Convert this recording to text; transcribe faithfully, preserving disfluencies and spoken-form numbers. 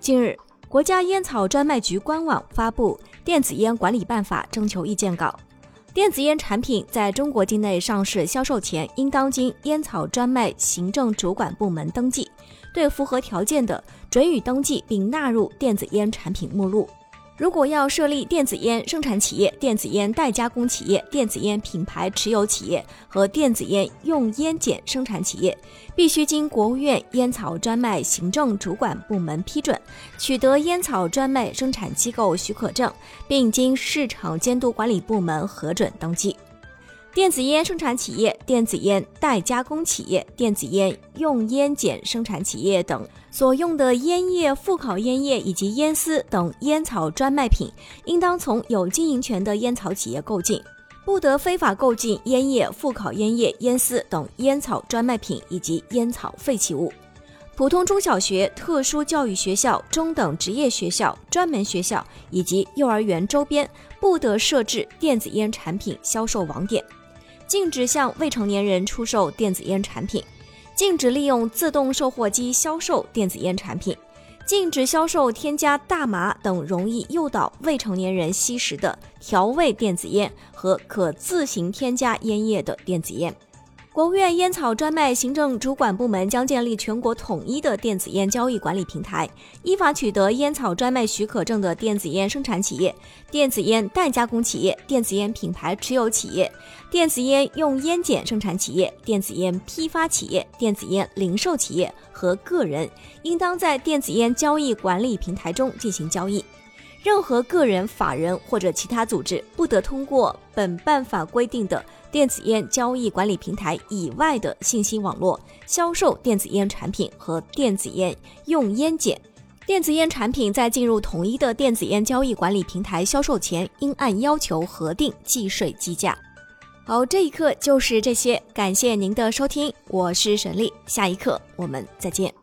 近日，国家烟草专卖局官网发布《电子烟管理办法》征求意见稿。电子烟产品在中国境内上市销售前，应当经烟草专卖行政主管部门登记，对符合条件的，准予登记并纳入电子烟产品目录。如果要设立电子烟生产企业、电子烟代加工企业、电子烟品牌持有企业和电子烟用烟碱生产企业，必须经国务院烟草专卖行政主管部门批准，取得烟草专卖生产机构许可证，并经市场监督管理部门核准登记。电子烟生产企业、电子烟代加工企业、电子烟用烟碱生产企业等所用的烟叶、复烤烟叶以及烟丝等烟草专卖品，应当从有经营权的烟草企业购进，不得非法购进烟叶、复烤烟叶、烟丝等烟草专卖品以及烟草废弃物。普通中小学、特殊教育学校、中等职业学校、专门学校以及幼儿园周边不得设置电子烟产品销售网点，禁止向未成年人出售电子烟产品，禁止利用自动售货机销售电子烟产品，禁止销售添加大麻等容易诱导未成年人吸食的调味电子烟和可自行添加烟叶的电子烟。国务院烟草专卖行政主管部门将建立全国统一的电子烟交易管理平台，依法取得烟草专卖许可证的电子烟生产企业、电子烟代加工企业、电子烟品牌持有企业、电子烟用烟碱生产企业、电子烟批发企业、电子烟零售企业和个人，应当在电子烟交易管理平台中进行交易。任何个人、法人或者其他组织不得通过本办法规定的电子烟交易管理平台以外的信息网络销售电子烟产品和电子烟用烟碱。电子烟产品在进入统一的电子烟交易管理平台销售前，应按要求核定计税计价。好，这一课就是这些，感谢您的收听，我是沈丽，下一课我们再见。